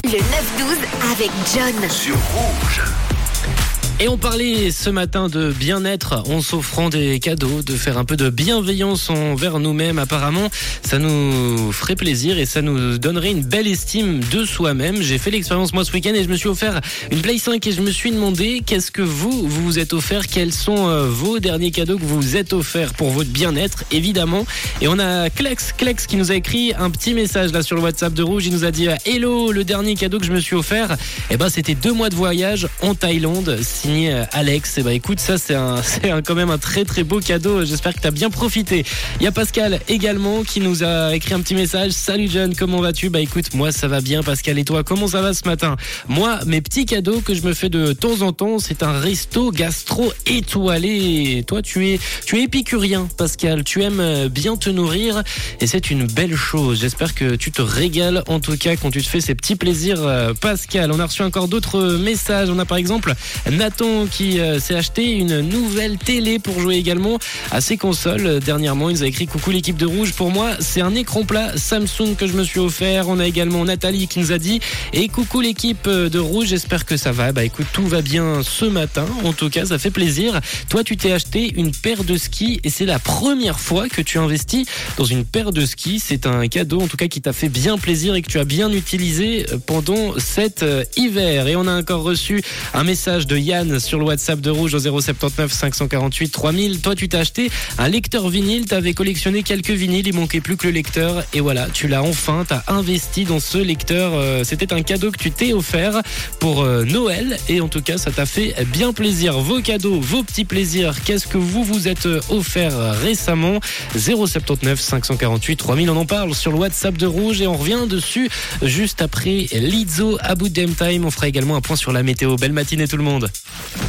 Le 9-12 avec John. Sur Rouge. Et on parlait ce matin de bien-être en s'offrant des cadeaux, de faire un peu de bienveillance envers nous-mêmes. Apparemment, ça nous ferait plaisir et ça nous donnerait une belle estime de soi-même. J'ai fait l'expérience moi ce week-end et je me suis offert une Play 5 et je me suis demandé qu'est-ce que vous vous êtes offert, quels sont vos derniers cadeaux que vous vous êtes offerts pour votre bien-être, évidemment. Et on a Klex qui nous a écrit un petit message là sur le WhatsApp de Rouge. Il nous a dit « Hello, le dernier cadeau que je me suis offert, c'était 2 mois de voyage en Thaïlande. » Signé Alex. Écoute, ça c'est quand même un très très beau cadeau. J'espère que tu as bien profité. Il y a Pascal également qui nous a écrit un petit message. Salut John, comment vas-tu? Écoute, moi ça va bien Pascal, et toi, comment ça va ce matin? Moi, mes petits cadeaux que je me fais de temps en temps, c'est un resto gastro étoilé. Toi, tu es épicurien Pascal, tu aimes bien te nourrir et c'est une belle chose. J'espère que tu te régales en tout cas quand tu te fais ces petits plaisirs Pascal. On a reçu encore d'autres messages. On a par exemple Nathan qui s'est acheté une nouvelle télé pour jouer également à ses consoles. Dernièrement, il nous a écrit « Coucou l'équipe de Rouge, pour moi c'est un écran plat Samsung que je me suis offert. » On a également Nathalie qui nous a dit « Et coucou l'équipe de Rouge, j'espère que ça va. » Écoute, tout va bien ce matin, en tout cas ça fait plaisir. Toi tu t'es acheté une paire de skis et c'est la première fois que tu investis dans une paire de skis. C'est un cadeau en tout cas qui t'a fait bien plaisir et que tu as bien utilisé pendant cet hiver. Et on a encore reçu un message de Yann sur le WhatsApp de Rouge au 079 548 3000. Toi tu t'as acheté un lecteur vinyle, tu avais collectionné quelques vinyles, il manquait plus que le lecteur et voilà, tu l'as enfin, tu as investi dans ce lecteur. C'était un cadeau que tu t'es offert pour Noël et en tout cas ça t'a fait bien plaisir. Vos cadeaux, vos petits plaisirs, qu'est-ce que vous vous êtes offert récemment? 079 548 3000, on en parle sur le WhatsApp de Rouge et on revient dessus juste après Lizzo, About Damn Time. On fera également un point sur la météo. Belle matinée tout le monde.